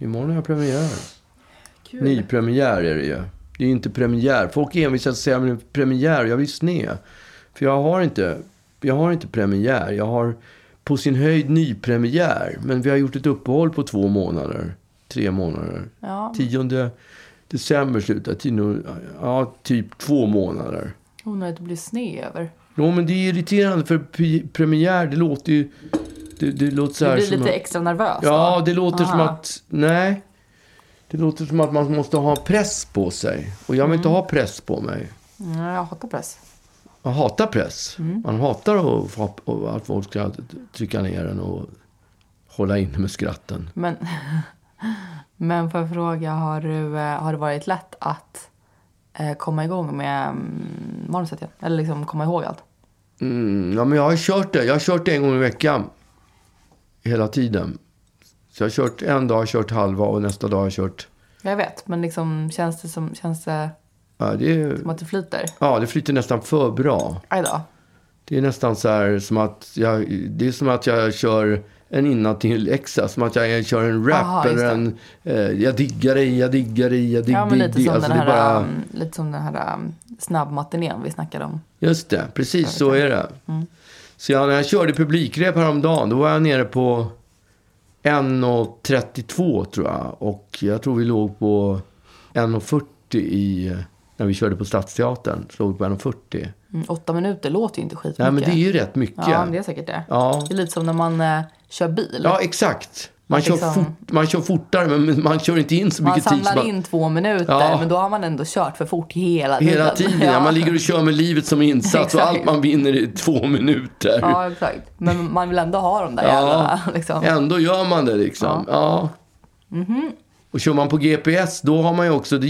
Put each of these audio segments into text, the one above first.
Imorgon har jag premiär. Kul. Nypremiär är det ju. Det är inte premiär. Folk envisas att säga men premiär. Jag vill sned. För jag har inte premiär. Jag har på sin höjd nypremiär. Men vi har gjort ett uppehåll på 2 månader. 3 månader. Ja. 10 december slutar. Ja, typ 2 månader. Hon har inte blivit sned över. Ja, men det är irriterande för premiär, det låter ju... Det låter så här. Du blir lite som extra nervös då? Ja, det låter som att... Nej. Det låter som att man måste ha press på sig. Och jag vill inte ha press på mig. Nej, jag hatar press. Man hatar press. Man hatar att folk ska trycka ner den och hålla inne med skratten. Men för att fråga, har det varit lätt att komma igång med manuset igen? Eller liksom komma ihåg allt? Ja, men jag har kört det. Jag har kört det en gång i veckan. Hela tiden. Så jag har kört en dag, kört halva och nästa dag har jag kört... Jag vet, men liksom känns det som att det flyter? Ja, det flyter nästan för bra. Aj då. Det är nästan så här som att det är som att jag kör en innantill-läxa. Som att jag kör en rap. Aha, eller en jag diggar dig. Ja, men lite som, alltså, lite som den här snabbmatinén vi snackade om. Just det, precis så är det. Så när jag körde publikrep häromdagen, då var jag nere på 1,32 tror jag. Och jag tror vi låg på 1,40 när vi körde på Stadsteatern. Så låg vi på 1,40. 8 minuter låter ju inte skitmycket. Nej, men det är ju rätt mycket. Ja, det är säkert det. Ja. Det är lite som när man kör bil. Ja, exakt. Man kör fortare, men man kör inte in så mycket tid. Man samlar in 2 minuter, men då har man ändå kört för fort hela tiden. Hela tiden, ja. Man ligger och kör med livet som insats och allt man vinner är 2 minuter. Ja, exakt. Men man vill ändå ha dem där jävla, liksom. Ändå gör man det liksom. Ja. Och kör man på GPS, då har man ju också,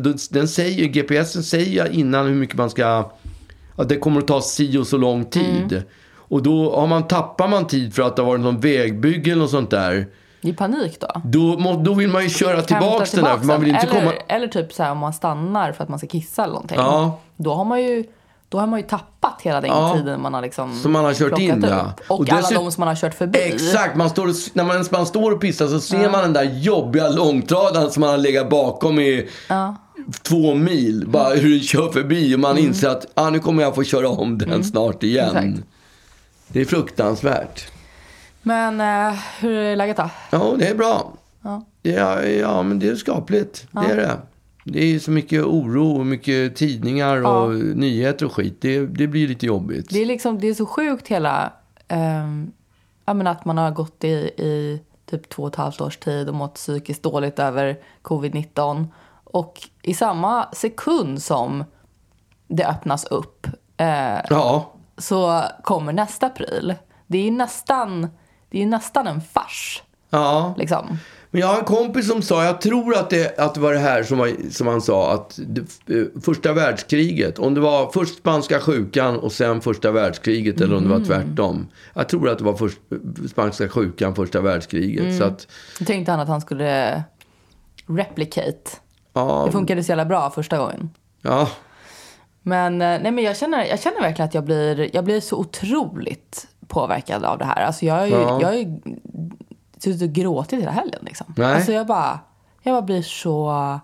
GPSen säger innan hur mycket man ska, att det kommer att ta si och så lång tid. Och då tappar man tid för att det har varit någon vägbygge eller något sånt där. I panik då? Då vill man ju köra tillbaks den där. För man vill inte eller typ så här om man stannar för att man ska kissa eller någonting. Ja. Då har man ju tappat hela den tiden man har liksom som man har kört in, ja. Och alla de som man har kört förbi. Exakt, när man står och pissar så ser man den där jobbiga långtradaren som man har legat bakom i 2 mil. Bara hur den kör förbi och man inser att nu kommer jag få köra om den snart igen. Exakt. Det är fruktansvärt. Men hur är läget då? Ja, det är bra. Ja, ja men det är skapligt. Det är det. Det är så mycket oro och mycket tidningar och nyheter och skit. Det blir lite jobbigt. Det är så sjukt hela... att man har gått i typ 2,5 års tid och mått psykiskt dåligt över covid-19. Och i samma sekund som det öppnas upp så kommer nästa pryl. Det är nästan en fars. Ja. Liksom. Men jag har en kompis som sa, jag tror att det var det här som han sa, att första världskriget, om det var först spanska sjukan och sen första världskriget eller om det var tvärtom. Jag tror att det var först spanska sjukan, första världskriget. Så att, jag tänkte att han skulle replicate. Ja. Det funkade så jävla bra första gången. Ja. Men jag känner verkligen att jag blir så otroligt påverkad av det här. Alltså jag är suttit och gråtit hela helgen liksom. Alltså jag bara blir så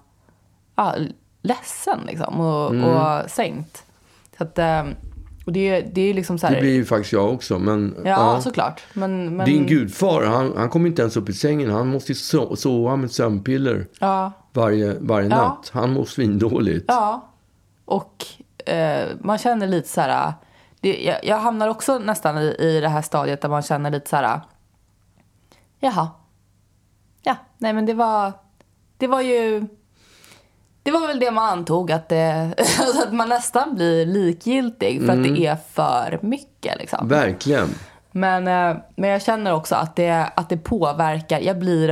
ledsen liksom och sänkt. Så att och det är liksom så här. Det blir ju faktiskt jag också, men såklart. Men din gudfar, han kommer inte ens upp i sängen. Han måste sova med sömnpiller varje natt. Han mår svindåligt. Ja. Och man känner lite så här, jag hamnar också nästan i det här stadiet där man känner lite så här. Jaha. Ja, nej men det var väl det man antog att att man nästan blir likgiltig för att det är för mycket liksom. Verkligen. Men jag känner också att det påverkar. Jag blir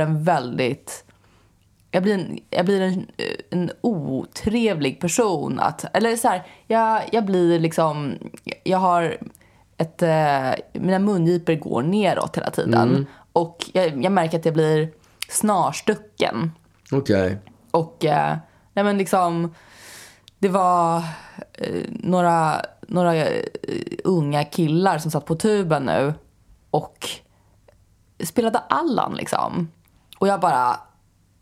en otrevlig person eller så här, jag blir liksom, jag har mina mungipor går neråt hela tiden. Och jag märker att jag blir snarstucken. Okej. Och nej men liksom, det var några unga killar som satt på tuben nu och spelade Allan liksom. Och jag bara,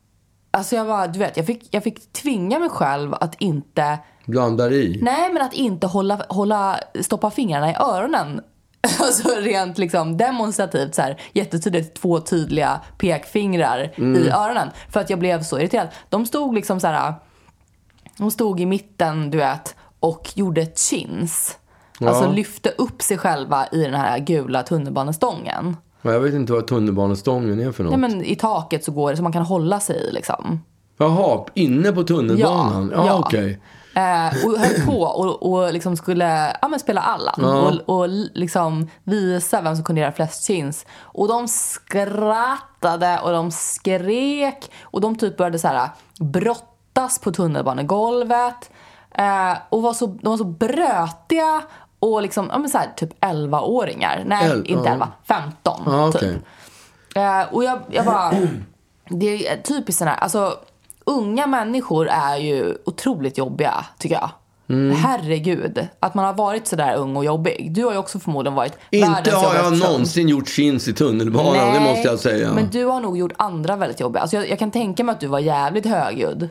Alltså jag fick tvinga mig själv att inte... Blandar i? Nej, men att inte stoppa fingrarna i öronen. Alltså rent liksom demonstrativt så här, jättetydligt 2 tydliga pekfingrar i öronen. För att jag blev så irriterad. De stod liksom så här... De stod i mitten, du vet, och gjorde chins. Ja. Alltså lyfte upp sig själva i den här gula tunnelbanestången. Jag vet inte vad tunnelbanestången är för något. Nej, men i taket så går det så man kan hålla sig i liksom. Jaha, inne på tunnelbanan? Ja. Okej. Och höll på och liksom skulle spela Allan. Och liksom visa vem som kunde göra flest chins. Och de skrattade och de skrek. Och de typ började så här brottas på tunnelbanegolvet. Och de var så brötiga. Och liksom, så här, typ 11-åringar. Nej, inte 11, 15 typ. Och jag bara... Det är typiskt sån här... Alltså, unga människor är ju otroligt jobbiga, tycker jag. Herregud, att man har varit så där ung och jobbig. Du har ju också förmodligen varit inte har jag någonsin gjort chins i tunnelbanan. Nej, det måste jag säga. Men du har nog gjort andra väldigt jobbiga. Alltså jag kan tänka mig att du var jävligt högljudd.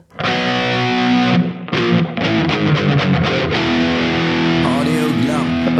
Ja, det är Uggla.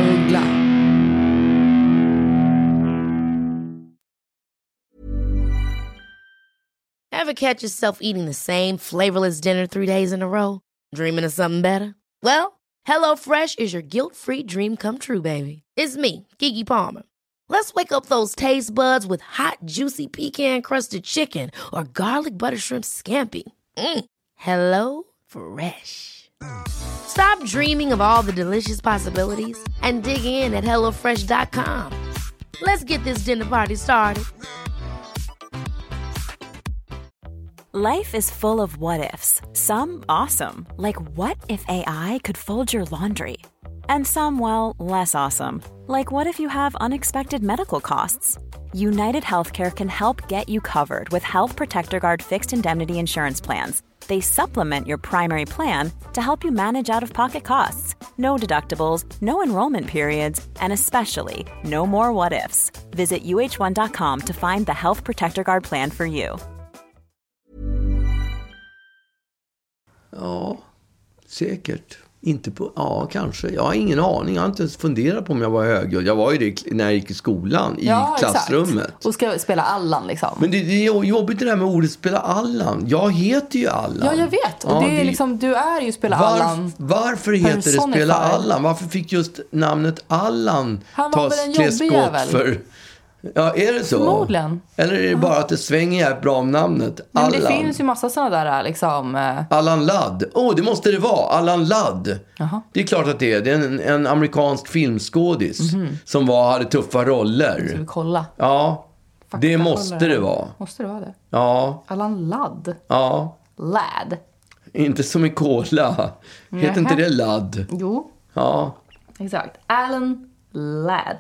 Ever catch yourself eating the same flavorless dinner 3 days in a row? Dreaming of something better? Well, HelloFresh is your guilt-free dream come true, baby. It's me, Keke Palmer. Let's wake up those taste buds with hot, juicy pecan-crusted chicken or garlic butter shrimp scampi. Hello Fresh. Stop dreaming of all the delicious possibilities and dig in at HelloFresh.com. Let's get this dinner party started. Life is full of what-ifs. Some awesome, like what if AI could fold your laundry? And some, well, less awesome, like what if you have unexpected medical costs? United Healthcare can help get you covered with Health Protector Guard fixed indemnity insurance plans. They supplement your primary plan to help you manage out-of-pocket costs. No deductibles, no enrollment periods, and especially no more what-ifs. Visit uh1.com to find the Health Protector Guard plan for you. Ja, säkert. Inte på, ja, kanske. Jag har ingen aning. Jag har inte ens funderat på om jag var högljudd. Jag var ju det när jag gick i skolan, i klassrummet. Exakt. Och ska spela Allan liksom. Men det är jobbigt det där med ordet spela Allan. Jag heter ju Allan. Ja, jag vet. Och det är liksom, du är ju spela Allan. Varför heter det spela Allan? Varför fick just namnet Allan tas skott för... Ja, är det så? Förmodligen. Eller är det bara att det svänger bra om namnet? Men det finns ju massa sådana där liksom... Allan Ladd. Det måste det vara. Allan Ladd. Jaha. Det är klart att det är. Det är en amerikansk filmskådis som hade tuffa roller. Ska vi kolla? Ja, det måste det vara. Måste det vara det? Ja. Allan Ladd? Ja. Ladd? Inte som i cola. Heter inte det Ladd? Jo. Ja. Exakt. Allan Ladd.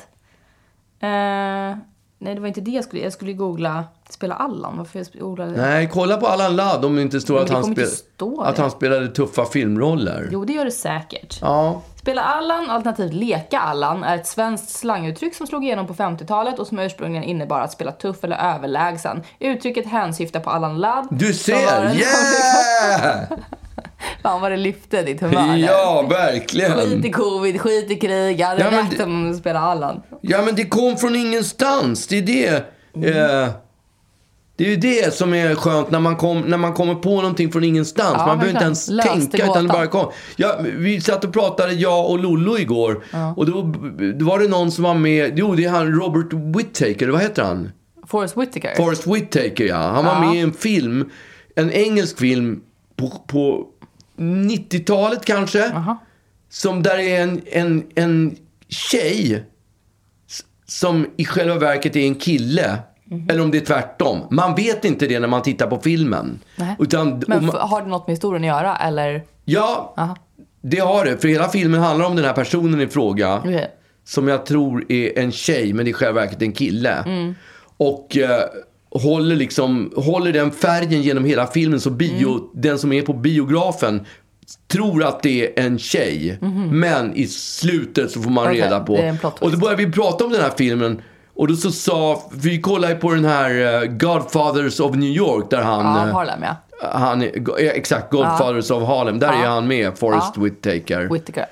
Nej, det var inte det jag skulle googla. Spela Allan. Varför jag googlade det? Nej, kolla på Allan Ladd om det inte står att han spelade tuffa filmroller. Jo, det gör det säkert. Ja. Spela Allan, alternativt leka Allan, är ett svenskt slanguttryck som slog igenom på 50-talet och som ursprungligen innebar att spela tuff eller överlägsen. Uttrycket hänsyftar på Allan Ladd. Du ser! Yeah! Fan vad det lyfte ditt humör. Ja, verkligen. Skit i covid, skit i krig. Jag hade rätt om att spela Allan. Ja, men det kom från ingenstans. Det är det. Det är ju det som är skönt när man kommer på någonting från ingenstans. Man behöver inte ens tänka utan det bara kom. Ja, vi satt och pratade, jag och Lollo igår. Och då var det någon som var med. Jo, det är han Robert Whittaker. Vad heter han? Forrest Whitaker. Forrest Whitaker, ja. Han var med i en film. En engelsk film på 90-talet kanske. Som där är en tjej som i själva verket är en kille. Eller om det är tvärtom. Man vet inte det när man tittar på filmen. Men har det något med historien att göra? Eller? Ja, det har det. För hela filmen handlar om den här personen i fråga. Som jag tror är en tjej, men det är i själva verket en kille. Och håller den färgen genom hela filmen. Så den som är på biografen tror att det är en tjej. Men i slutet så får man reda på. Och då började vi prata om den här filmen. Och då så sa, vi kollade på den här Godfathers of New York där han... Harlem, ja. Han är, exakt, Godfathers of Harlem. Där är han med, Forrest Whitaker.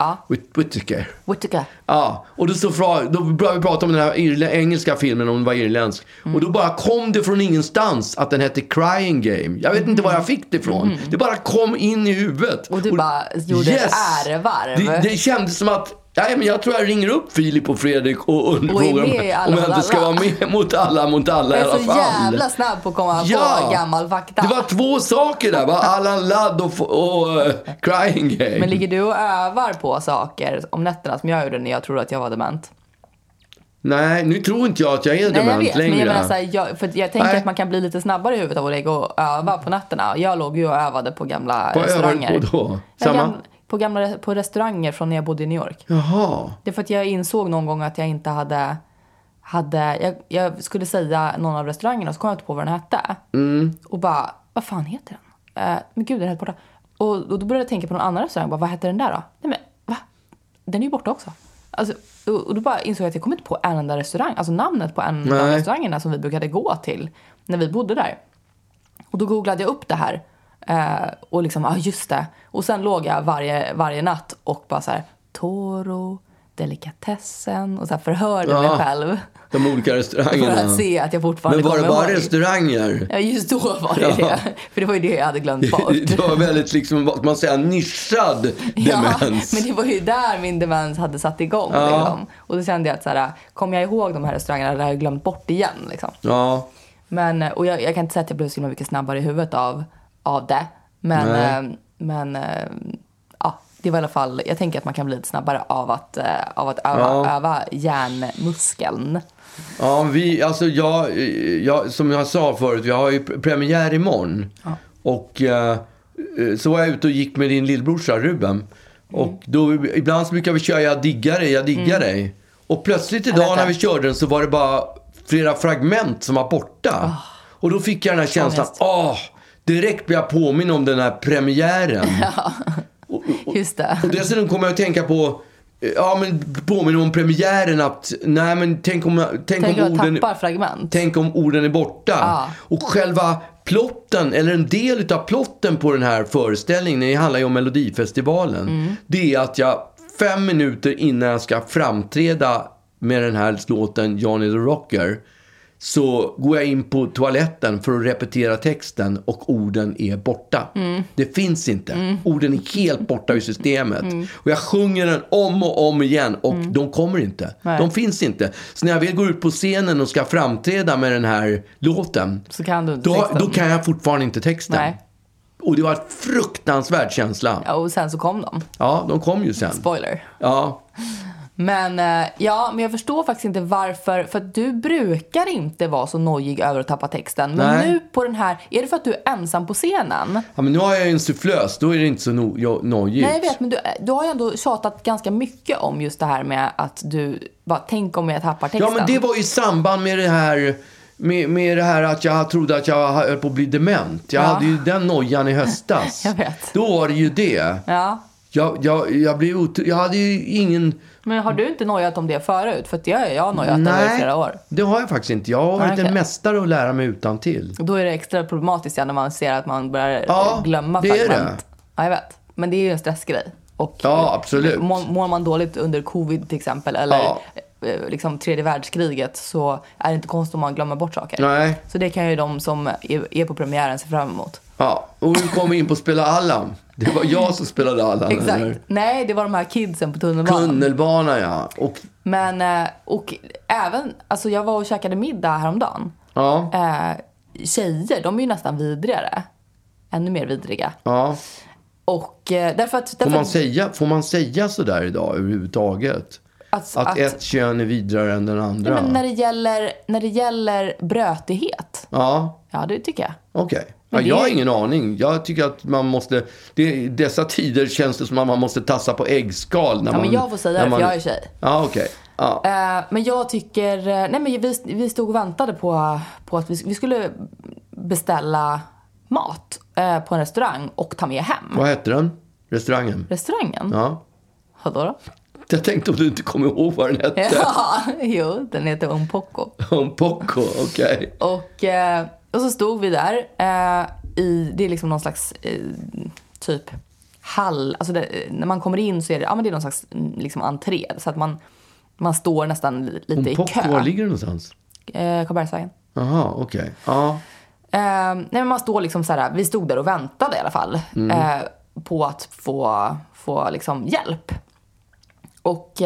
Whitaker. Ja, och då började vi prata om den här engelska filmen, om den var irländsk. Och då bara kom det från ingenstans att den hette Crying Game. Jag vet inte var jag fick det ifrån. Det bara kom in i huvudet. Och du bara gjorde ett ärevarv. Det kändes som att men jag tror jag ringer upp Filip och Fredrik och frågar om jag inte ska vara med mot alla i alla fall. Jag är så jävla snabb på att komma på gammal fakta. Det var 2 saker där, va? Allan Ladd och Crying Game. Men ligger du och övar på saker om nätterna som jag gjorde när jag trodde att jag var dement? Nej, nu tror inte jag att jag är dement längre. Men jag menar för jag tänker att man kan bli lite snabbare i huvudet av att lägga och öva på nätterna. Jag låg ju och övade på gamla restauranger. Vad övar du på då? På restauranger från när jag bodde i New York. Jaha. Det är för att jag insåg någon gång att jag inte hade jag skulle säga någon av restaurangerna, så kom jag inte på vad den hette. Och bara, vad fan heter den? Men gud, den är helt borta. Och då började jag tänka på någon annan restaurang. Bara, vad heter den där då? Nej men, va? Den är ju borta också. Alltså, och då bara insåg jag att jag kom inte på en enda restaurang. Alltså namnet på en av restaurangerna som vi brukade gå till när vi bodde där. Och då googlade jag upp det här. Och liksom, just det. Och sen låg jag varje natt och bara så här, Toro, delikatessen, och så här förhörde mig själv. De olika restaurangerna. För att se att jag fortfarande kommer ihåg. Men var det bara restauranger? Ja, just då var det det. För det var ju det jag hade glömt bort. Det var väldigt, liksom, vad man säger, nischad demens. Men det var ju där min demens hade satt igång. Liksom. Och då kände jag att så här, kom jag ihåg de här restaurangerna där jag glömt bort igen. Liksom. Ja. Men, och jag kan inte säga att jag blev så mycket snabbare i huvudet av det. Men det var i alla fall, jag tänker att man kan bli lite snabbare av att öva hjärnmuskeln. Ja, jag som jag sa förut, vi har ju premiär imorgon. Ja. Och så var jag ute och gick med din lillbrorsa Ruben. Och då, ibland så brukar vi köra jag diggar dig. Och plötsligt idag när vi körde den så var det bara flera fragment som var borta. Och då fick jag den här känslan, direkt blev jag påminn om den här premiären. Ja, just det. Och dessutom kommer jag att tänka på, påminna om premiären att, tänk om orden, tappar fragment. Tänk om orden är borta. Och själva plotten, eller en del av plotten på den här föreställningen, det handlar ju om Melodifestivalen. Det är att jag 5 minuter innan jag ska framträda med den här låten Johnny the Rocker, så går jag in på toaletten för att repetera texten och orden är borta. Det finns inte. Orden är helt borta ur systemet. Och jag sjunger den om och om igen och de kommer inte. Nej. De finns inte. Så när jag vill gå ut på scenen och ska framträda med den här låten, så kan du inte texten. Då kan jag fortfarande inte texten. Nej. Och det var en fruktansvärd känsla. Ja, och sen så kom de. Ja, de kom ju sen. Spoiler. Ja. Men men jag förstår faktiskt inte varför. För att du brukar inte vara så nojig över att tappa texten. Men nu på den här, är det för att du är ensam på scenen? Ja, men nu har jag en sufflös. Då är det inte så nojigt. Nej, jag vet, men du har ju ändå tjatat ganska mycket om just det här med att du bara, tänk om jag tappar texten. Ja, men det var i samband med det här med det här att jag trodde att jag höll på att bli dement. Jag hade ju den nojan i höstas. Jag vet. Då var det ju det. Ja. Jag hade ju ingen... Men har du inte nojat om det förut? För att jag har nojat över flera år. Det har jag faktiskt inte. Jag har varit en mästare att lära mig utan till. Då är det extra problematiskt när man ser att man börjar glömma fragment. Det är det. Ja, jag vet. Men det är ju en stressgrej. Och absolut. Mår man dåligt under covid till exempel, eller liksom 3:e världskriget, så är det inte konstigt om man glömmer bort saker. Nej. Så det kan ju de som är på premiären se fram emot. Ja, och nu kom vi in på att spela Allan. Det var jag som spelade Allan. Exakt. Eller? Nej, det var de här kidsen på tunnelbanan. Tunnelbanan, ja. Men, och även, alltså jag var och käkade middag häromdagen. Ja. Tjejer, de är ju nästan vidrigare. Ännu mer vidriga. Ja. Och därför får man säga så där idag överhuvudtaget? Att ett kön är vidare än den andra? Ja, men när det gäller brötighet. Ja. Ja, det tycker jag. Okej. Ja, jag har ingen aning. Jag tycker att man måste... dessa tider känns det som att man måste tassa på äggskal. Men jag får säga det, för jag är tjej. Ja, okej. Ja. Men jag tycker... Nej, men vi stod och väntade på att vi skulle beställa mat på en restaurang och ta med hem. Vad heter den? Restaurangen? Ja. Vadå? Jag tänkte om du inte kommer ihåg vad den hette. Ja, jo, den heter Un Poco. Un Poco, okej. Och så stod vi där. det är liksom någon slags typ hall. Alltså när man kommer in så är det, men det är någon slags liksom entré. Så att man står nästan lite i kö. Var ligger det någonstans? Karlbergsvägen. Jaha, okej. Ja. Nej, men man står liksom så här, vi stod där och väntade i alla fall på att få liksom hjälp. Och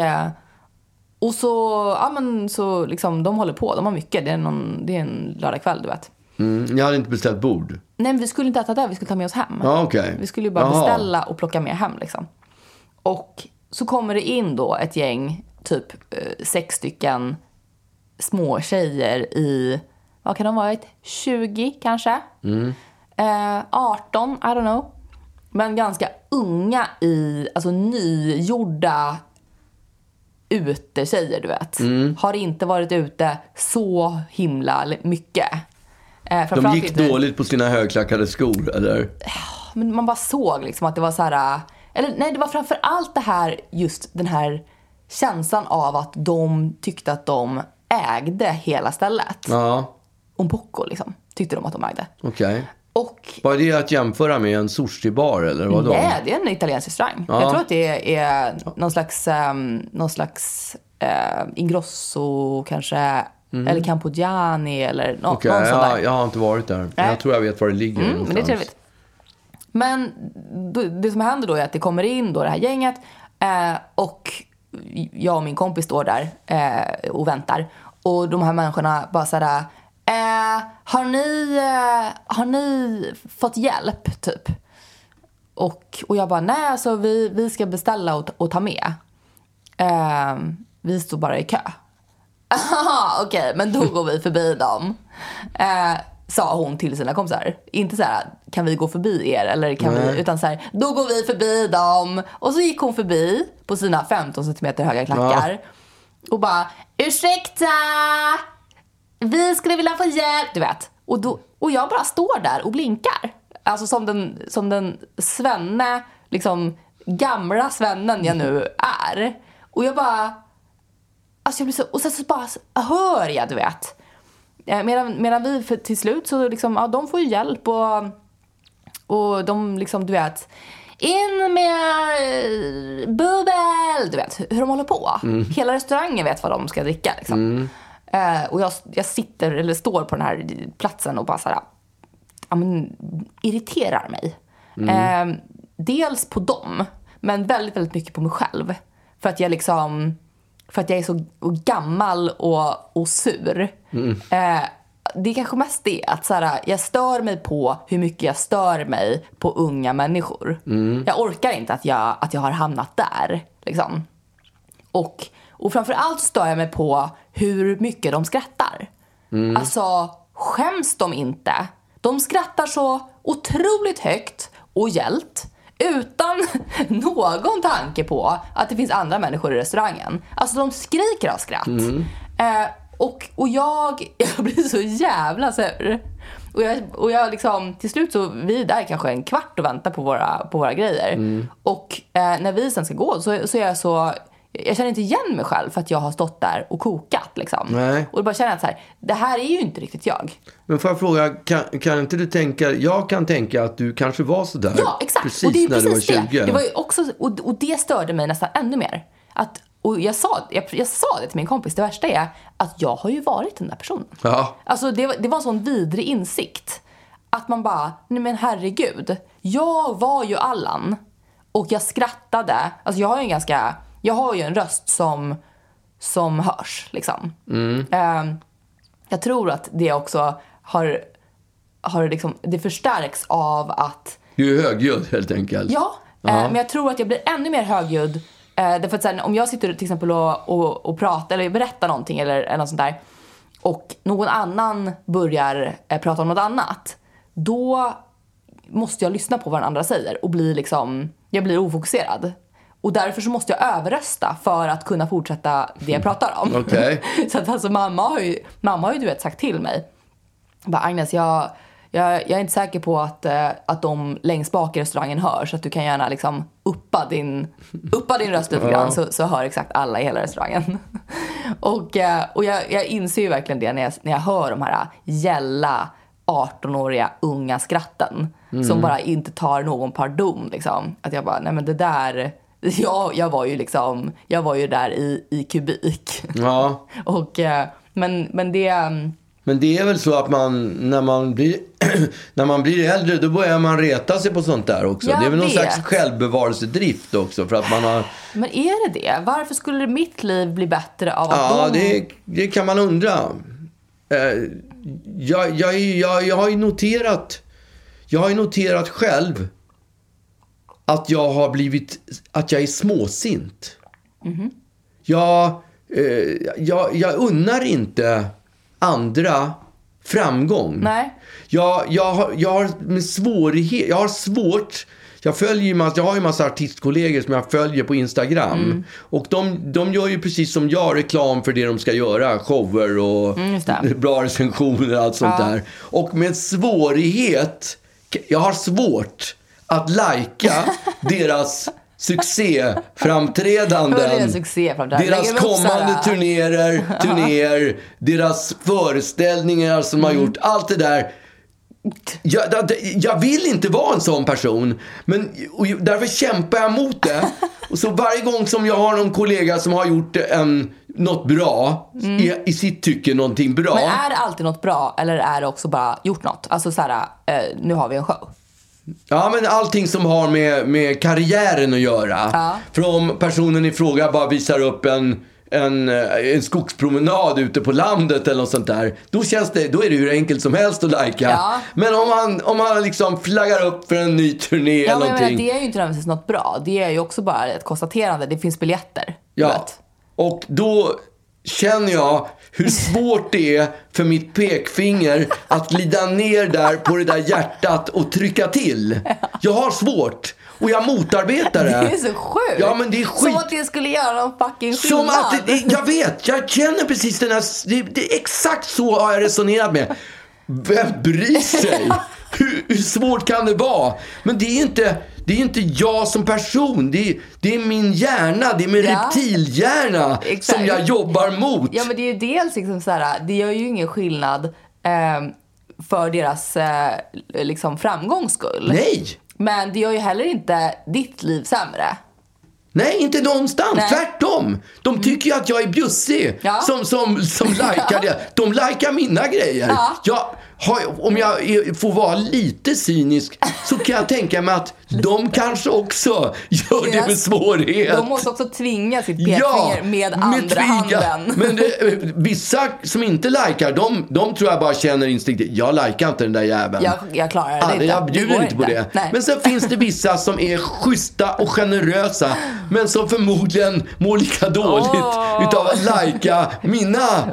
så liksom de håller på, de har mycket. Det är en lördagkväll, du vet. Ni hade inte beställt bord? Nej, men vi skulle inte äta där, vi skulle ta med oss hem. Ja, okej. Vi skulle ju bara beställa och plocka med hem liksom. Och så kommer det in då ett gäng, typ 6 stycken små tjejer i, vad kan de vara, 20 kanske? 18, I don't know. Men ganska unga alltså nygjorda utetjejer, du vet. Har inte varit ute så himla mycket. De gick dåligt på sina högklackade skor, eller? Men man bara såg liksom att det var så här... Eller nej, det var framför allt det här, just den här känslan av att de tyckte att de ägde hela stället. Ja. Un poco liksom, tyckte de att de ägde. Okej. Och vad är det att jämföra med en sushi-bar, eller vad då? Nej, det är en italiensk restaurang. Ja. Jag tror att det är någon slags Ingrosso kanske, eller Campogiani eller någon sån där. Jag har inte varit där. Jag tror jag vet var det ligger någonstans. Men det är trevligt. Men det som händer då är att det kommer in då det här gänget och jag och min kompis står där och väntar. Och de här människorna bara såhär, har ni fått hjälp typ? Och jag bara, nej, alltså vi ska beställa och ta med. Vi står bara i kö. Okej, men då går vi förbi dem. Sa hon till sina kompisar. Inte så här, kan vi gå förbi er? Eller kan vi, utan så här, då går vi förbi dem. Och så gick hon förbi på sina 15 centimeter höga klackar. Ja. Och bara, ursäkta! Vi skulle vilja få hjälp, du vet. Och jag bara står där och blinkar. Alltså som den svenne, liksom gamla svennen jag nu är. Och jag bara, alltså jag blir så, och sen så bara hör jag, du vet. Medan vi till slut så liksom, de får ju hjälp och de liksom, du vet, in med bubbel, du vet hur de håller på. Hela restaurangen vet vad de ska dricka liksom. Och jag sitter eller står på den här platsen och bara så här, irriterar mig. Dels på dem, men väldigt, väldigt mycket på mig själv. För att jag är så gammal och sur. Det är kanske mest det att så här, jag stör mig på hur mycket jag stör mig på unga människor. Jag orkar inte att jag har hamnat där liksom. Och framförallt stör jag mig på hur mycket de skrattar. Alltså, skäms de inte? De skrattar så otroligt högt och gällt utan någon tanke på att det finns andra människor i restaurangen. Alltså, de skriker av skratt. Och jag blir så jävla sur. Och jag liksom, till slut så vi är där kanske en kvart och väntar på våra grejer. Och när vi sen ska gå så är jag så... Jag känner inte igen mig själv för att jag har stått där och kokat liksom. Nej. Och bara känner att så här, det här är ju inte riktigt jag. Men får jag fråga, kan inte du tänka, jag kan tänka att du kanske var så där. Ja, exakt. Precis, och det är när precis du var 20. Det var ju också, och det störde mig nästan ännu mer. Och jag sa det till min kompis, det värsta är att jag har ju varit den där personen. Ja. Alltså det var en sån vidrig insikt. Att man bara, nej men herregud. Jag var ju Allan. Och jag skrattade. Alltså jag har ju en röst som hörs liksom. Jag tror att det också har liksom, det förstärks av att du är högljudd helt enkelt. Ja, men jag tror att jag blir ännu mer högljudd därför att sen, om jag sitter till exempel och pratar eller berättar någonting eller något sånt där och någon annan börjar prata om något annat, då måste jag lyssna på vad den andra säger och bli liksom, jag blir ofokuserad. Och därför så måste jag överrösta för att kunna fortsätta det jag pratar om. Okay. Så att alltså mamma har ju du vet sagt till mig. Bara, Agnes, jag är inte säker på att de längst bak i restaurangen hör. Så att du kan gärna liksom uppa din röst lite grann så hör exakt alla i hela restaurangen. Och jag inser ju verkligen det när jag hör de här gälla 18-åriga unga skratten som bara inte tar någon pardon liksom. Att jag bara, nej men det där, jag var ju liksom, jag var ju där i kubik. Ja. Och men det... Men det är väl så att när man blir äldre, då börjar man reta sig på sånt där också. Det är väl någon slags självbevarelsedrift också för att man har... Men är det? Varför skulle mitt liv bli bättre av att det kan man undra. Jag har ju noterat själv att jag är småsint. Mm-hmm. Jag unnar inte andra framgång. Nej. Jag har med svårighet, jag har svårt. Jag har ju massa artistkollegor som jag följer på Instagram. Och de gör ju precis som jag reklam för det de ska göra. Shower och bra recensioner och allt sånt där. Och med svårighet, jag har svårt att lajka deras succéframträdanden, deras kommande turnéer, deras föreställningar som har gjort, allt det där. Jag vill inte vara en sån person, men och därför kämpar jag mot det. Och så varje gång som jag har någon kollega som har gjort något bra i sitt tycke, någonting bra. Men är det alltid något bra eller är det också bara gjort något? Alltså så här, nu har vi en show. Ja, men allting som har med karriären att göra. Ja. För om personen i fråga bara visar upp en skogspromenad ute på landet eller något sånt där, då är det hur enkelt som helst att lajka. Ja. Men om man liksom flaggar upp för en ny turné eller någonting. Det är ju inte nödvändigtvis något bra. Det är ju också bara ett konstaterande. Det finns biljetter. Ja. Och då känner jag hur svårt det är för mitt pekfinger att glida ner där på det där hjärtat och trycka till. Jag har svårt. Och jag motarbetar det. Det är så sjukt. Ja, men det är skit. Som att det skulle göra någon fucking skillnad. Som att jag vet. Jag känner precis den här... Det är exakt så har jag resonerat med. Vem bryr sig? Hur svårt kan det vara? Men det är inte jag som person. Det är min hjärna. Det är min reptilhjärna som jag jobbar mot. Ja, men det är ju dels liksom så här, det gör ju ingen skillnad för deras liksom framgångs skull. Nej. Men det gör ju heller inte ditt liv sämre. Nej, inte någonstans. Nej. Tvärtom. De tycker ju att jag är bjussig. Ja. Som likar det. De likar mina grejer. Ja. Om jag får vara lite cynisk så kan jag tänka mig att de kanske också gör det med svårighet. De måste också tvinga sitt pekfinger med andra handen. Men vissa som inte likar, de tror jag bara känner instinktivt. Jag likar inte den där jäveln. Jag klarar det inte. Jag bjuder inte på det. Nej. Men sen finns det vissa som är schyssta och generösa, men som förmodligen mår lika dåligt utav att lika mina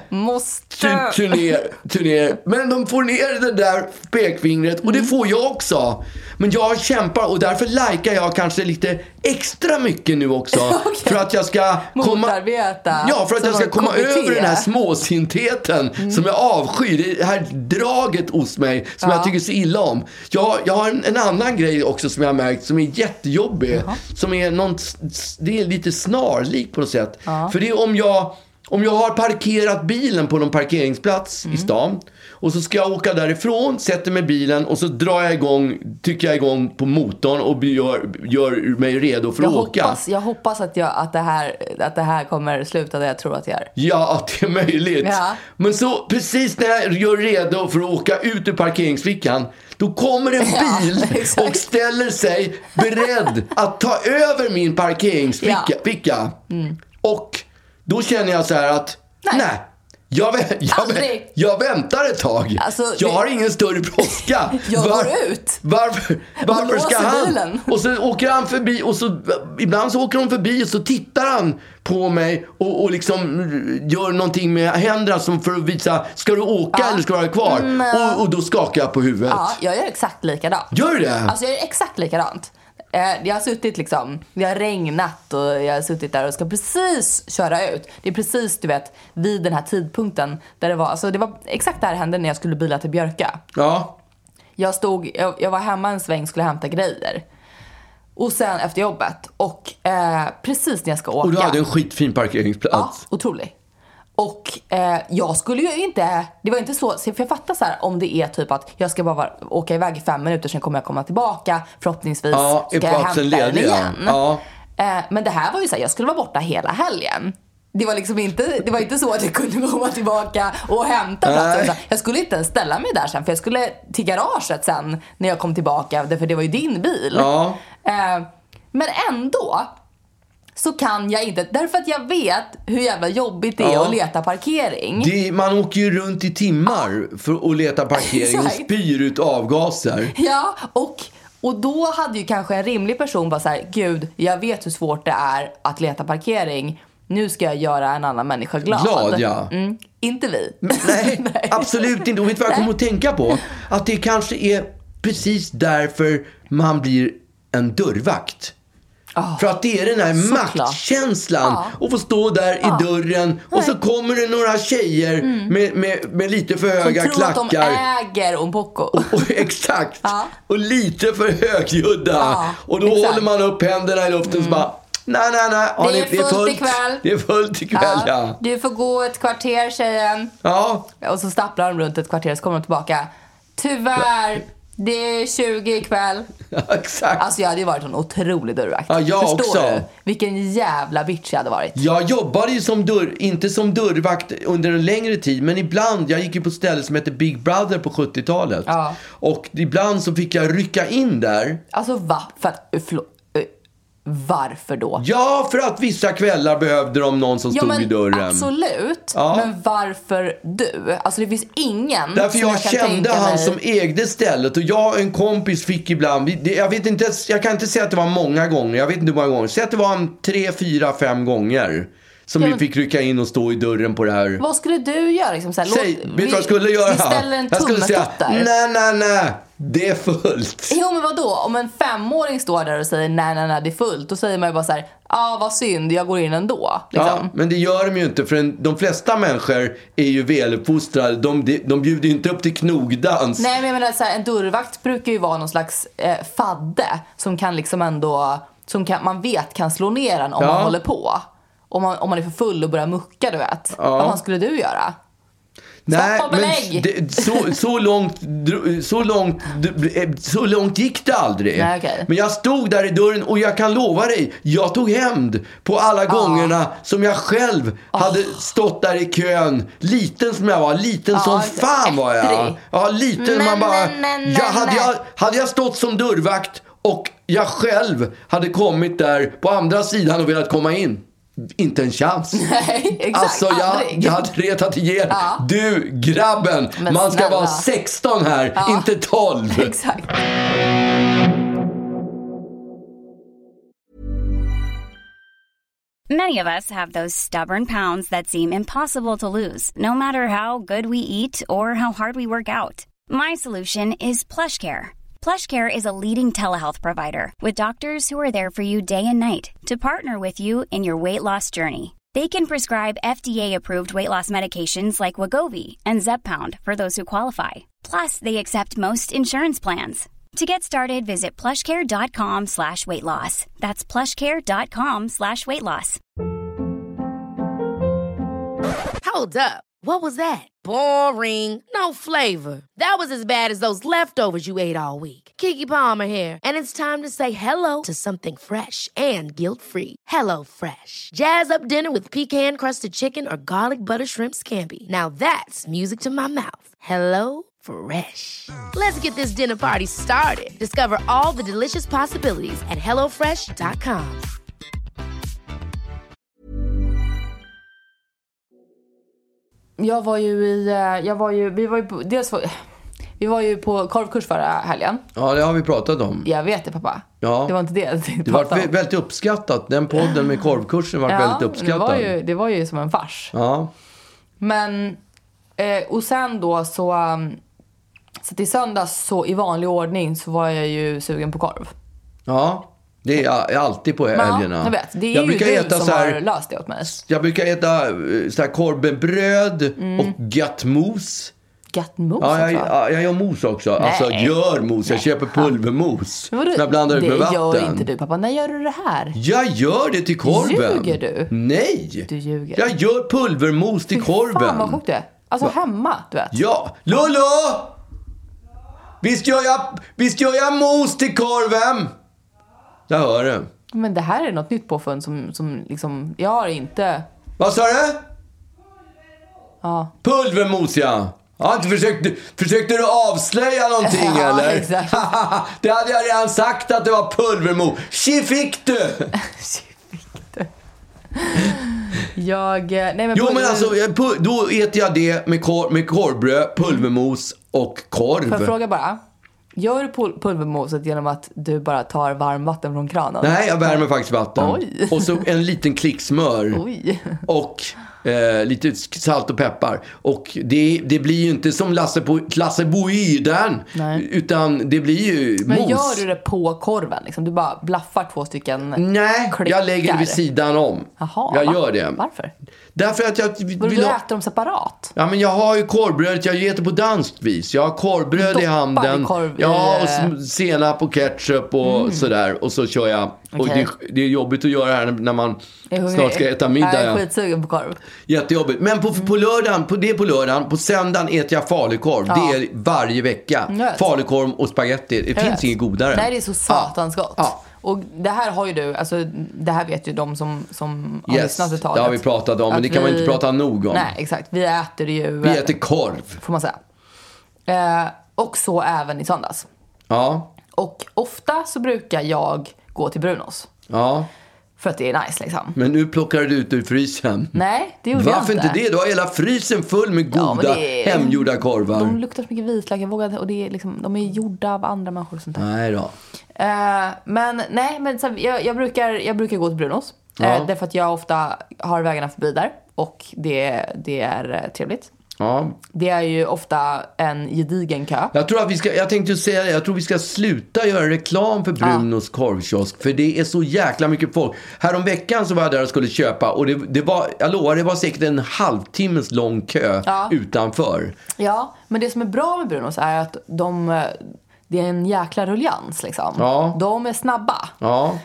turnéer. Men de får ner det där pekfingret och det får jag också. Men jag kämpar och därför likar jag kanske lite extra mycket nu också. Okay. För att jag ska motarbeta. Ja, för att jag ska komma över den här småsintheten som jag avskyr. Det här draget hos mig som jag tycker så illa om. Jag har en annan grej också som jag har märkt som är jättejobbig. Som är det är lite snarlik på något sätt. För det är om jag har parkerat bilen på någon parkeringsplats i stan och så ska jag åka därifrån, sätter mig bilen och så trycker jag igång på motorn och gör mig redo för att åka. Jag hoppas att det här kommer sluta där jag tror att jag är. Ja, det är möjligt. Ja. Men så precis när jag gör redo för att åka ut ur parkeringsfickan, då kommer en bil och ställer sig beredd att ta över min parkeringsficka. Och då känner jag så här att nej, jag väntar ett tag. Alltså, jag har ingen större brådska. Jag går ut. Varför ska han? Bilen. Och så åker han förbi och så ibland så åker de förbi och så tittar han på mig och liksom gör någonting med händerna som för att visa, ska du åka eller ska du vara kvar? Och då skakar jag på huvudet. Ja, jag gör exakt likadant. Gör du det? Alltså jag gör exakt likadant. Jag har suttit liksom, det har regnat och jag har suttit där och ska precis köra ut. Det är precis, du vet, vid den här tidpunkten där det var exakt där hände när jag skulle bila till Björka. Ja. Jag var hemma en sväng, skulle hämta grejer. Och sen efter jobbet och precis när jag ska åka. Och du hade en skitfin parkeringsplats. Ja, otrolig. Och jag skulle ju inte, det var inte så, för jag fattar så här, om det är typ att jag ska bara åka iväg i 5 minuter, sen kommer jag komma tillbaka, förhoppningsvis ska jag hämta den igen. Ja. Men det här var ju så här, jag skulle vara borta hela helgen. Det var liksom inte, det var inte så att jag kunde komma tillbaka och hämta platsen. Jag skulle inte ens ställa mig där sen, för jag skulle till garaget sen när jag kom tillbaka, för det var ju din bil. Ja. Men ändå så kan jag inte, därför att jag vet hur jävla jobbigt det är att leta parkering. Man åker ju runt i timmar för att leta parkering och spyr ut avgaser. Ja, och då hade ju kanske en rimlig person bara så här: gud, jag vet hur svårt det är att leta parkering. Nu ska jag göra en annan människa glad. Ja. Inte vi. Nej, absolut inte. Och vet du vad jag kommer att tänka på? Att det kanske är precis därför man blir en dörrvakt. För att det är den här maktkänslan att få stå där i dörren och så kommer det några tjejer med lite för höga klackar. Som tror att de äger un poco. Exakt. Och lite för högljudda. Och då håller man upp händerna i luften och bara... Nej. Det är fullt ikväll. Det är fullt ikväll, ja. Du får gå ett kvarter, tjejen. Ja. Och så stapplar de runt ett kvarter, så kommer de tillbaka. Tyvärr, det är 20 ikväll. Ja, exakt. Alltså jag hade ju varit en otrolig dörrvakt. Ja, jag Förstår också. du? Vilken jävla bitch jag hade varit. Jag jobbade ju inte som dörrvakt under en längre tid, men ibland, jag gick ju på ställe som heter Big Brother på 70-talet. Ja. Och ibland så fick jag rycka in där. Alltså varför då? Ja, för att vissa kvällar behövde de någon som stod i dörren. Absolut. Men varför du? Alltså det finns ingen. Därför jag kände han som ägde stället. Och jag och en kompis fick ibland, jag kan inte säga att det var många gånger. Jag vet inte hur många gånger. Säg att det var 3, 4, 5 gånger som vi fick rycka in och stå i dörren på det här. Vad skulle du göra? Liksom, så här, vet du vad jag skulle göra? Vi ställer en tummetott där. Nej. Det är fullt. Jo, men vadå? Om en 5-åring står där och säger nej, det är fullt, då säger man ju bara så här: vad synd, jag går in ändå. Liksom. Ja, men det gör de ju inte, för de flesta människor är ju väluppfostrade. De bjuder ju inte upp till knogdans. Nej, men jag menar, så här, en dörrvakt brukar ju vara någon slags fadde som kan liksom ändå, man vet kan slå ner en om man håller på. Om man är för full och börjar mucka, du vet. Vad skulle du göra? Nej, men så långt gick det aldrig. Nej, okay. Men jag stod där i dörren och jag kan lova dig, jag tog hämnd på alla gångerna som jag själv hade stått där i kön. Liten som jag var, liten som fan var jag. Ja, liten, man bara... Hade jag stått som dörrvakt och jag själv hade kommit där på andra sidan och velat komma in, inte en chans. Nej, exakt. Alltså jag hade retat igen. Du, grabben, men man ska vara 16 här, inte 12. Exakt. Many of us have those stubborn pounds that seem impossible to lose, no matter how good we eat or how hard we work out. My solution is PlushCare. PlushCare is a leading telehealth provider with doctors who are there for you day and night to partner with you in your weight loss journey. They can prescribe FDA-approved weight loss medications like Wegovy and Zepbound for those who qualify. Plus, they accept most insurance plans. To get started, visit plushcare.com/weightloss. That's plushcare.com/weightloss. Hold up. What was that? Boring. No flavor. That was as bad as those leftovers you ate all week. Keke Palmer here, and it's time to say hello to something fresh and guilt-free. Hello Fresh. Jazz up dinner with pecan-crusted chicken or garlic butter shrimp scampi. Now that's music to my mouth. Hello Fresh. Let's get this dinner party started. Discover all the delicious possibilities at hellofresh.com. Vi var ju på korvkurs förra helgen. Ja, det har vi pratat om. Jag vet det, pappa. Ja. Det var inte det. Det var väldigt uppskattat. Den podden med korvkursen var väldigt uppskattad. Det var ju som en fars. Ja. Men och sen då så till söndags så i vanlig ordning så var jag ju sugen på korv. Ja. Det är alltid på helgerna. Jag vet. Det är ju du som har löst det åt mig. Jag brukar äta så här korv med bröd och göttmos. Got mos Ja, också? jag gör mos också. Nej. Alltså gör mos. Jag köper pulvermos. Som jag blandar ut med vatten. Det gör inte du, pappa. När gör du det här? Jag gör det till korven. Ljuger du? Nej. Du ljuger. Jag gör pulvermos till korven. Fan vad sjukt det är. Alltså hemma, du vet. Ja. Lolo! Visst gör jag mos till korven? Jag hör det. Men det här är något nytt påfund som liksom... Jag har inte... Vad sa du? Ja. Pulvermos, ja. Ja, försökte du avslöja någonting Ja, eller? exakt. Det hade jag redan sagt att det var pulvermos. Tji fick du! Jo men alltså, då äter jag det med korvbröd, pulvermos och korv. Får jag fråga bara? Gör du pulvermoset genom att du bara tar varmvatten från kranen? Nej, jag värmer faktiskt vatten. Oj. Och så en liten klick smör. Oj. Och lite salt och peppar. Och det blir ju inte som Lasse Boyden. Utan det blir ju mos. Men gör du det på korven? Liksom? Du bara blaffar 2 stycken Nej, klickar. jag lägger det vid sidan om. Jaha, jag gör det. Varför? Därför att jag Du vill äter dem separat? Ja, men jag har ju korvbrödet, jag äter på danskt vis. Jag har korvbröd i handen. Ja, och senap och ketchup och sådär. Och så kör jag. Okay. Och det är jobbigt att göra här när man snart ska äta middag. Jag är skitsugen på korv. Jättejobbigt. Men på lördagen, på söndagen äter jag falukorv. Ja. Det är varje vecka. Falukorv och spaghetti. Det finns inget godare. Nej, det är så satans gott. Ja. Och det här har ju du, alltså det här vet ju de som har lyssnat ett tag. Det har vi pratat om, men det kan man inte prata nog om. Nej, exakt. Vi äter ju... Vi äter korv. Får man säga. Och så även i söndags. Ja. Och ofta så brukar jag gå till Brunos. Ja. För att det är nice liksom. Men nu plockar du ut ur frysen. Nej, det gjorde jag inte. Varför inte det? Du har hela frysen full med goda hemgjorda korvar. De luktar så mycket vitlök, jag vågar, och det är liksom, de är gjorda av andra människor och sånt där. Nej då. Men så jag brukar gå till Brunos. Därför att jag ofta har vägarna förbi där. Och det är trevligt. Ja. Det är ju ofta en gedigen kö. Jag tänkte säga det, jag tror vi ska sluta göra reklam för Brunos korvkiosk. För det är så jäkla mycket folk. Häromveckan så var jag där och skulle köpa. Och det var, jag lovar, det var säkert en halvtimmes lång kö utanför. Ja, men det som är bra med Brunos är att det är en jäkla rullians liksom. Ja. De är snabba. Ja.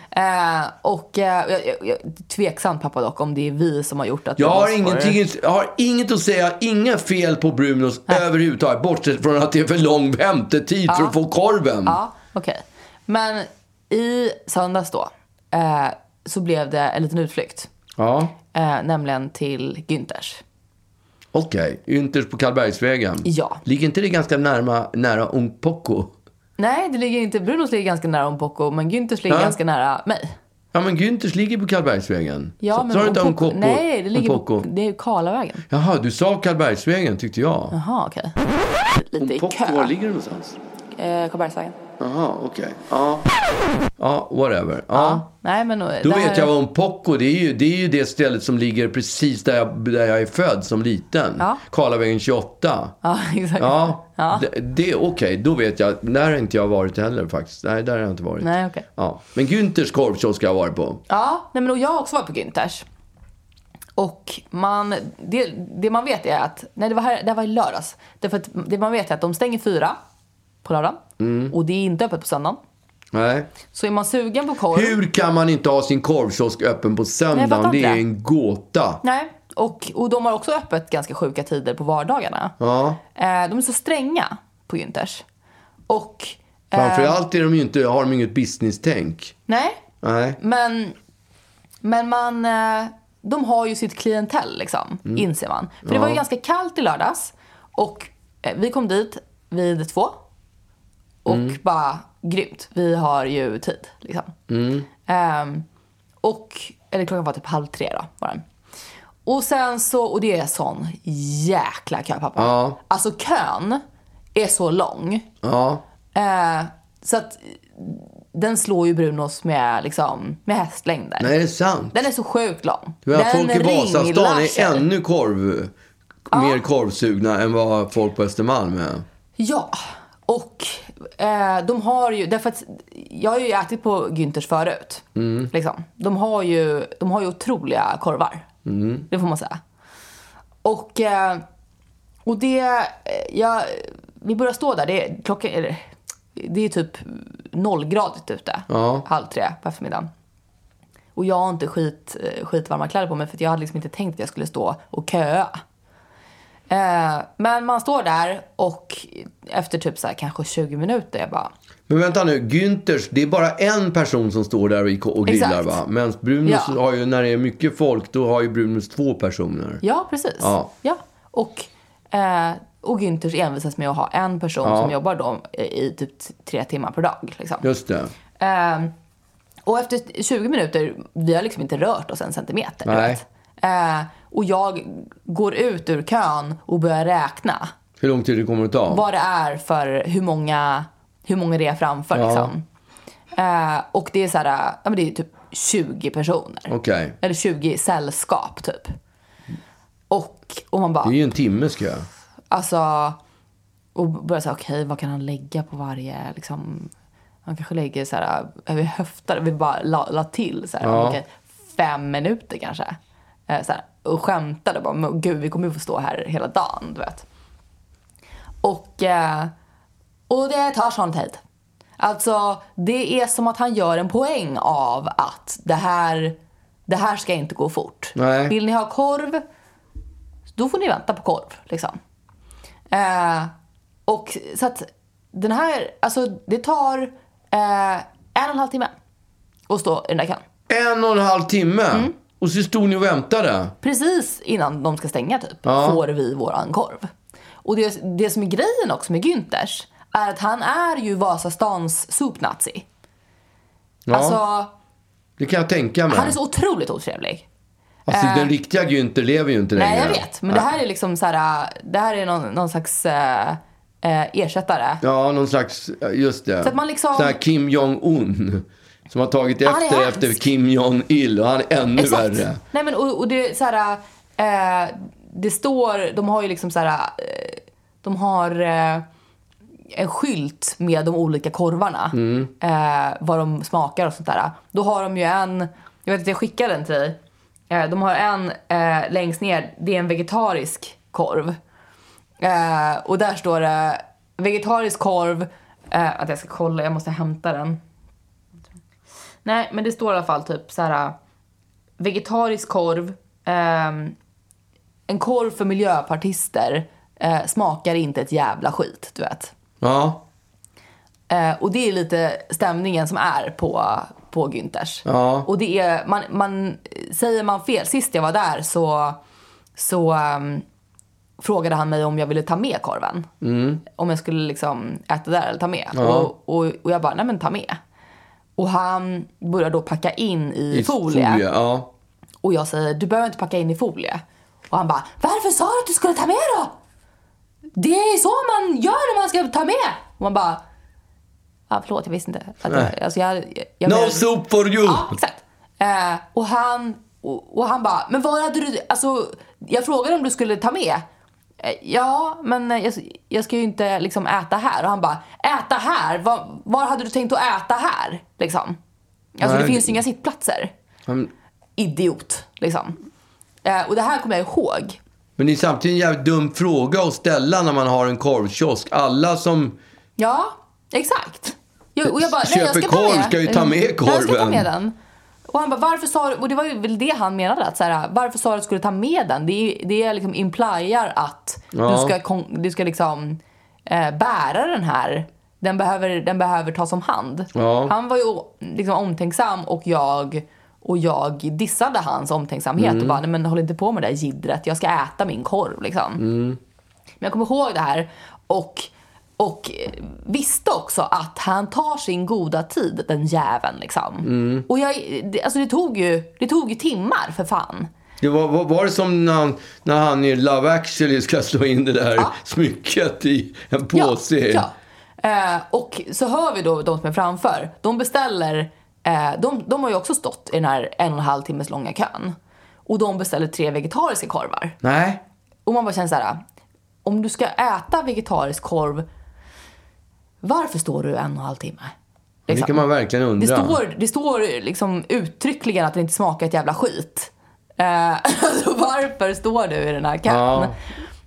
Jag tveksamt, pappa, dock, om det är vi som har gjort att jag har inget att säga, inga fel på Brunos överhuvudtaget, bortsett från att det är för lång väntetid för att få korven. Ja, okej. Men i söndags då så blev det en liten utflykt. Ja. Nämligen till Günthers. Okej, Günthers på Karlbergsvägen. Ja. Ligger inte det ganska nära Ung Poco? Nej, det ligger inte. Brunos ligger ganska nära Ung Poco, men Günthers ligger ganska nära mig. Ja, men Günthers ligger på Karlbergsvägen. Ja, men Ung Poco. Nej, det ligger på, det är Karlavägen. Jaha, du sa Karlbergsvägen tyckte jag. Jaha, okej. Lite Ung Poco, var ligger det någonstans? Karlbergsvägen. Jaha, okej. Ja, whatever. Ja. Nej, men då vet jag vad Ung Poco, det är ju det stället som ligger precis där jag är född som liten. Ja. Karlavägen 28. Ja, exakt. Ja. Det är okej, då vet jag. Där har inte jag varit heller faktiskt. Nej, där har jag inte varit. Nej, okej. Ja. Men Günthers korvkiosk har jag varit på. Ja, nej, men jag har också varit på Günthers. Och det man vet är att... Nej, det var i lördags. Därför att det man vet är att de stänger 4 på lördagen. Och det är inte öppet på söndagen. Nej. Så är man sugen på korv... Hur kan man inte ha sin korvkiosk öppen på söndagen? Det är en gåta. Nej, och de har också öppet ganska sjuka tider på vardagarna. Ja. De är så stränga på Günthers. Och... Framförallt har de inget business-tänk. Nej. Nej. Men man... De har ju sitt klientell liksom, inser man. För det var ju ganska kallt i lördags. Och vi kom dit vid 2. Och bara, grymt. Vi har ju tid, liksom. Eller klockan var typ 2:30 då, var den. Och sen så, och det är sån jäkla kö, pappa. Ja. Alltså kön är så lång. Ja. Så att den slår ju Brunos med hästlängder. Nej, det är sant. Den är så sjukt lång. Folk i Vasastan är ännu mer korvsugna än vad folk på Östermalm är. Ja, och de har ju, därför att jag har ju ätit på Günthers förut. Liksom. De har ju otroliga korvar. Det får man säga. Och Och vi börjar stå där. Det är typ 0-gradigt ute. Ja. 2:30 på eftermiddagen. Och jag har inte skitvarma kläder på mig, för att jag hade liksom inte tänkt att jag skulle stå och köa. Men man står där, och efter typ så här kanske 20 minuter jag bara... Men vänta nu, Günthers, det är bara en person som står där och grillar. Exakt. Va? Men Brunos har ju, när det är mycket folk, då har ju Brunos 2 personer. Ja, precis. Ja. Och Günthers envisas med att ha en person som jobbar då i typ 3 timmar per dag. Liksom. Just det. Och efter 20 minuter, vi har liksom inte rört oss en centimeter. Nej. Och jag går ut ur kön och börjar räkna. Hur lång tid det kommer att ta? Vad det är för hur många det är framför. Liksom. Och det är så här, ja, men det är typ 20 personer. Okay. Eller 20 sällskap typ. Och man bara... Det är ju en timme, ska jag. Alltså... Och börjar säga, okej, vad kan han lägga på varje... Liksom, han kanske lägger så här... Över höftar. Vi bara la till så här, okej, 5 minuter kanske. Så här, och skämtade bara, men gud, vi kommer ju få stå här hela dagen, du vet. Och det tar sån tid. Alltså, det är som att han gör en poäng av att det här ska inte gå fort. Nej. Vill ni ha korv, då får ni vänta på korv, liksom. Och så att den här, alltså det tar 1,5 timme att stå i den där kön. 1,5 timme? Mm. Och så stod ni och väntade? Precis innan de ska stänga typ, får vi våran korv. Och det som är grejen också med Günthers är att han är ju Vasastans supnazi. Ja, alltså, det kan jag tänka mig. Han är så otroligt otrevlig. Alltså den riktiga Günther lever ju inte längre. Nej, jag vet. Men det här är liksom så här, det här är någon slags ersättare. Ja, någon slags, just det. Så att man liksom... Så här Kim Jong-un som har tagit efter Kim Jong-il, och han är ännu värre. Nej, men och det är så här, det står, de har ju liksom så här, de har en skylt med de olika korvarna. Vad de smakar och sånt där. Då har de ju en, jag vet att jag skickar den till dig. De har en längst ner, det är en vegetarisk korv. Och där står det vegetarisk korv, att jag ska kolla, jag måste hämta den. Nej, men det står i alla fall typ så här, vegetarisk korv, en korv för miljöpartister, smakar inte ett jävla skit, du vet. Ja. Och det är lite stämningen som är på Günthers. Ja. Och det är, man säger man fel. Sist jag var där så frågade han mig om jag ville ta med korven. Om jag skulle liksom äta där eller ta med. Ja. Och jag bara, nej men ta med. Och han börjar då packa in i folie. Ja. Och jag säger, du behöver inte packa in i folie. Och han bara, varför sa du att du skulle ta med då? Det är så man gör när man ska ta med. Och man bara, förlåt, jag visste inte. Alltså no soup for you. Ja, exakt. Och han bara, men vad hade du... Alltså, jag frågade om du skulle ta med. Ja, men jag ska ju inte liksom äta här. Och han bara, äta här? Var hade du tänkt att äta här? Liksom. Alltså, det finns ju inga sittplatser. Idiot, liksom. Och det här kommer jag ihåg. Men det är samtidigt en jävligt dum fråga att ställa när man har en korvkiosk. Alla som... Ja, exakt. Och jag bara, köper korv ska ju ta med korven. Jag ska ta med den. Och han bara, varför sa du... Och det var ju väl det han menade. Att så här, varför sa du att du skulle ta med den? Det är liksom implyar att du ska liksom bära den här. Den behöver tas om hand. Ja. Han var ju liksom omtänksam, och jag dissade hans omtänksamhet och bara, nej men håll inte på med det där gidret. Jag ska äta min korv liksom. Men jag kommer ihåg det här och visste också att han tar sin goda tid, den jäveln liksom. Och alltså det tog ju timmar för fan. Det var det som när han i Love Actually ska slå in det där smycket i en påse. Ja. Och så hör vi då de som är framför. De beställer, de har ju också stått i den här 1,5 timmes långa kön. Och de beställer 3 vegetariska korvar. Nej. Och man bara känner så här, om du ska äta vegetarisk korv, varför står du 1,5 timme? Liksom. Det kan man verkligen undra. Det står liksom uttryckligen att det inte smakar ett jävla skit. Alltså, varför står du i den här kön?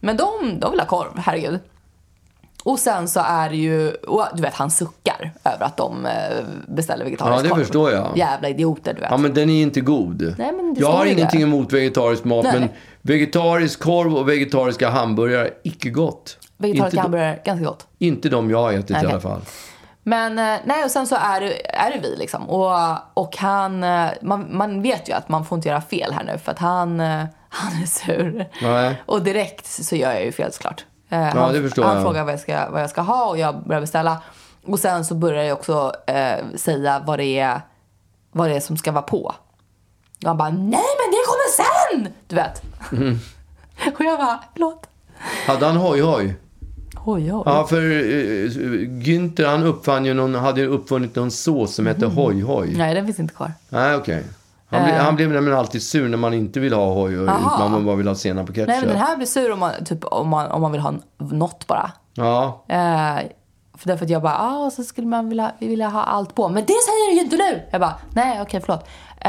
Men de vill ha korv, herregud. Och sen så är det ju, och du vet, han suckar över att de beställer vegetarisk korv. Ja, det förstår jag. Jävla idioter, du vet. Ja, men den är inte god. Nej, men jag har ingenting emot vegetarisk mat, Nej. men vegetarisk korv och vegetariska hamburgare är icke gott. Vegetariska hamburgare, ganska gott. Inte de jag har ätit i alla fall. Men nej, och sen så är det vi liksom. Och han, man vet ju att man får inte göra fel här nu, för att han är sur. Nej. Och direkt så gör jag ju fel, såklart. Det förstår han jag. frågar vad jag ska ha, och jag börjar beställa. Och sen så börjar jag också säga vad det är som ska vara på. Och han bara, nej men det kommer sen! Du vet. Och jag bara, förlåt. Hade han hoj? Oj. Ja, för Günther, han hade uppfunnit någon sås som heter hoj. Nej, den finns inte kvar. Nej, okej. Han blev nämligen alltid sur när man inte vill ha hoj, man bara vill ha senap på ketchup. Nej, men den här blir sur om man vill ha något bara. Ja. För därför att jag bara, så skulle man vilja ha allt på. Men det säger du ju inte nu! Jag bara, nej, okej, förlåt.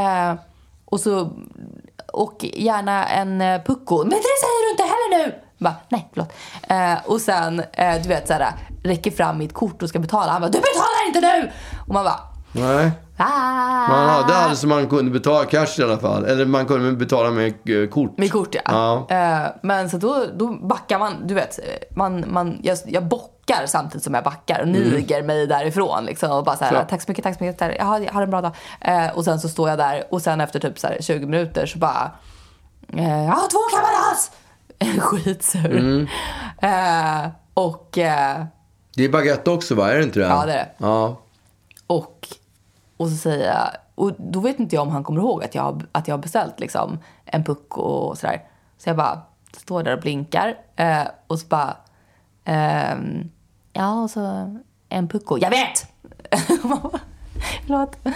Och gärna en pucko. Men det säger du inte heller nu! Jag bara, nej, förlåt. Och sen, du vet, såhär, räcker fram mitt kort och ska betala. Han bara, du betalar inte nu! Och man bara, nej. Man hade alltså som man kunde betala cash i alla fall. Eller man kunde betala med kort. Med kort, ja. Men så då backar man, du vet, jag bockar samtidigt som jag backar och niger mig därifrån liksom, och bara så här, tack så mycket, jag har en bra dag. Och sen så står jag där, och sen efter typ så här 20 minuter så bara, jag har 2 cabanas! Skitsur. Och det är baguette också, va? Är det inte det? ja, det är det. Ja. Och så säger jag, och då vet inte jag om han kommer ihåg att jag har beställt liksom en puck och sådär. Så jag bara står där och blinkar, och så bara ja, och så en pucko. Jag vet! Förlåt.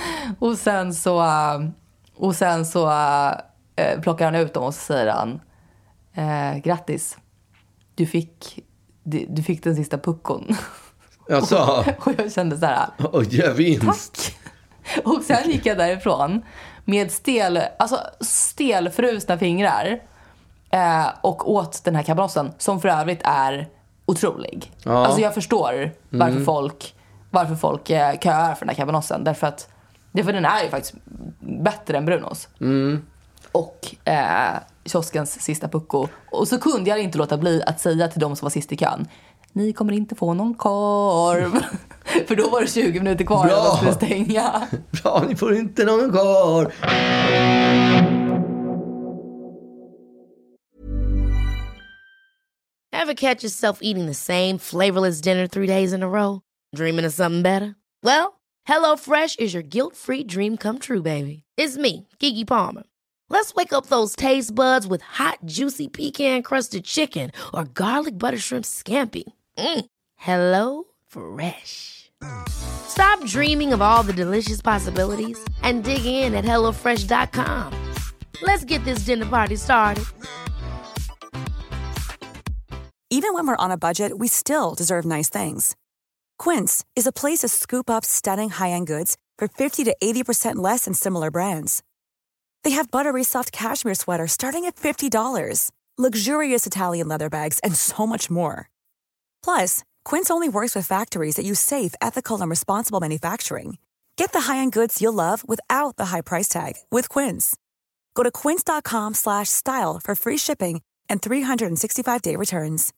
Och sen så plockar han ut dem och så säger han, grattis. Du fick den sista puckon. Alltså. Och jag kände så här, jag vinst. tack. Och sen gick jag därifrån med stelfrusna fingrar, och åt den här kabanossen, som för övrigt är otrolig. Ja. Alltså jag förstår varför folk köar för den här kabanossen, därför att den är ju faktiskt bättre än Brunos. Och kioskens sista pucko. Och så kunde jag inte låta bli att säga till de som var sist i kön, ni kommer inte få någon korv. För då var det 20 minuter kvar och de skulle stänga. Bra, ni får inte någon korv. Ever catch yourself eating the same flavorless dinner 3 days in a row? Dreaming of something better? Well, HelloFresh is your guilt-free dream come true, baby. It's me, Keke Palmer. Let's wake up those taste buds with hot, juicy pecan-crusted chicken or garlic butter shrimp scampi. Hello Fresh. Stop dreaming of all the delicious possibilities and dig in at HelloFresh.com. Let's get this dinner party started. Even when we're on a budget, we still deserve nice things. Quince is a place to scoop up stunning high-end goods for 50 to 80% less than similar brands. They have buttery soft cashmere sweaters starting at $50, luxurious Italian leather bags, and so much more. Plus, Quince only works with factories that use safe, ethical, and responsible manufacturing. Get the high-end goods you'll love without the high price tag with Quince. Go to quince.com/style for free shipping and 365-day returns.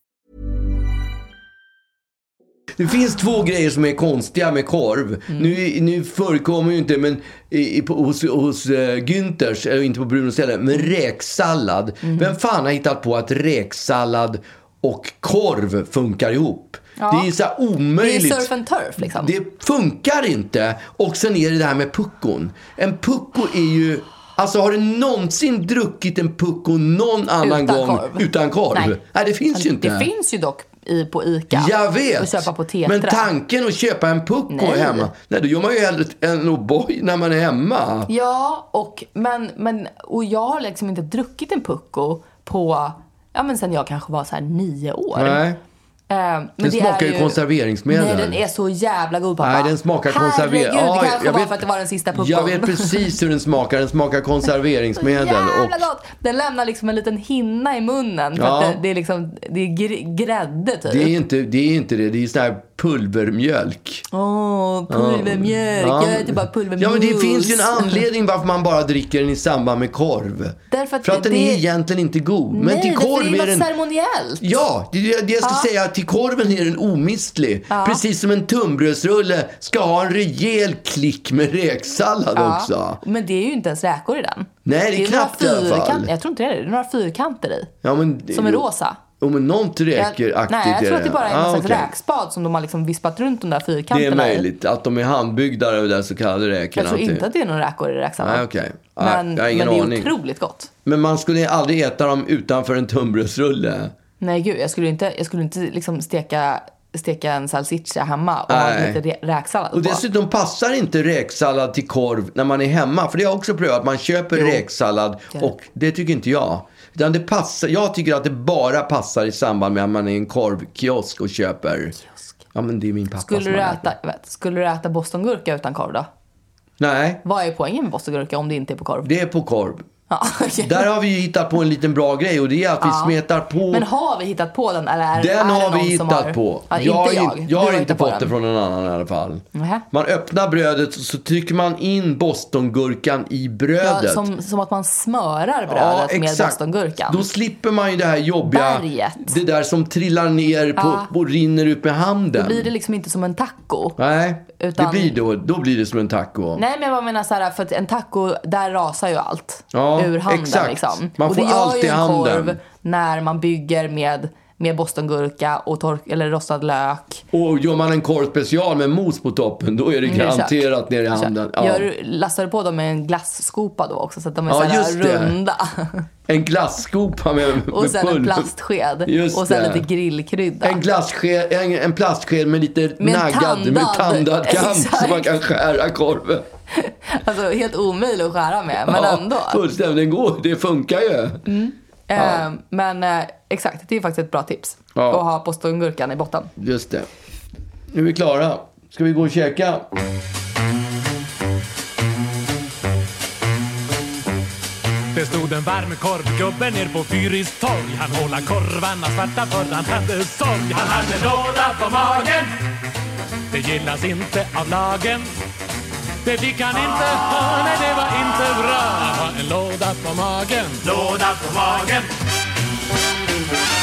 Det finns 2 grejer som är konstiga med korv. Nu förekommer ju inte, men hos Günthers, inte på Brunos heller, men räksallad. Vem fan har hittat på att räksallad och korv funkar ihop? Ja. Det är så här omöjligt. Det är surf and turf liksom. Det funkar inte. Och sen är det här med puckon. En pucko är ju... Alltså, har du någonsin druckit en pucko någon annan gång utan korv? Nej, det finns ju inte. Det finns ju dock på Ica. Jag vet. Och köpa på Tetra. Men tanken att köpa en pucko hemma. Nej, då gör man ju hellre en O'boy när man är hemma. Ja, och jag har liksom inte druckit en pucko på, ja, men sen jag kanske var så här 9 år. Nej. Men den smakar ju konserveringsmedel. Nej, den är så jävla god, pappa. Nej, den smakar konserveringsmedel. Herregud, det kanske var för att det var den sista pucken. Jag vet precis hur den smakar. Den smakar konserveringsmedel. Jävla gott. Den lämnar liksom en liten hinna i munnen. För att det är liksom, det är grädde typ. Det är inte det. Det är sån här pulvermjölk. Pulvermjölk. Ja. Jag äter bara pulvermjölk. Ja, men det finns ju en anledning varför man bara dricker den i samband med korv. För att den är egentligen inte god. Nej, men till korv är den ceremoniellt. Ja, det jag ska säga. Till korven är den omistlig. Precis som en tunnbrödsrulle ska ha en rejäl klick med räksallad också. Men det är ju inte ens räkor i den. Nej, det är knappt i alla fall. Jag tror inte det är några fyrkanter i. Ja, men, som är rosa. Men något räkeraktigt. Nej, jag tror att det bara är en slags räkspad som de har liksom vispat runt de där fyrkanterna. Det är möjligt att de är handbyggda och där så kallade räkorna. Jag tror inte att det är några räkor i räksallad. Nej, okej. Men jag har ingen det är aning. otroligt gott. Men man skulle aldrig äta dem utanför en tunnbrödsrulle. Nej, gud. Jag skulle inte liksom steka en salsiccia hemma och ha lite räksallad på. Och dessutom passar inte räksallad till korv när man är hemma. För det har jag också prövat. Man köper räksallad och det tycker inte jag. Utan det passar, jag tycker att det bara passar i samband med att man är i en korvkiosk och köper. Ja, men det är min pappa Skulle du äta bostongurka utan korv då? Nej. Vad är poängen med bostongurka om det inte är på korv? Det är på korv. Ja, okay. Där har vi ju hittat på en liten bra grej och det är att vi smetar på. Men har vi hittat på den eller är den är har det vi hittat på. Ja, jag har inte fått det från någon annan i alla fall. Man öppnar brödet och så trycker man in bostongurkan i brödet. Ja, som att man smörar brödet med bostongurkan. Då slipper man ju det här jobbiga berget. Det där som trillar ner och rinner ut med handen. Då blir det liksom inte som en taco. Nej, utan det blir då blir det som en taco. Nej, men jag menar så här, för att en taco, där rasar ju allt ur handen. Exakt. Liksom. Man får allt i handen. Och det gör ju en korv när man bygger med bostongurka och eller rostad lök. Och gör man en korv special med mos på toppen, då är det garanterat ner i handen. Ja. Lastar du på dem med en glasskopa då också så att de är så här runda. En glasskopa med och sen pulver. En plastsked. Och sen lite grillkrydda. En plastsked med lite tandad kant så man kan skära korven. Alltså helt omöjligt att skära med, men ändå. Fullständigt det funkar ju. Men exakt, det är faktiskt ett bra tips. Att ha bostongurkan i botten. Just det. Nu är vi klara. Ska vi gå och käka? Det stod en varm korvgubbe ner på Fyris torg. Han hålla korvarna svarta för han hade sorg. Han hade låda på magen. Det gillas inte av lagen. Det fick han inte ha, nej det var inte bra. Han har en låda på magen. Låda på magen.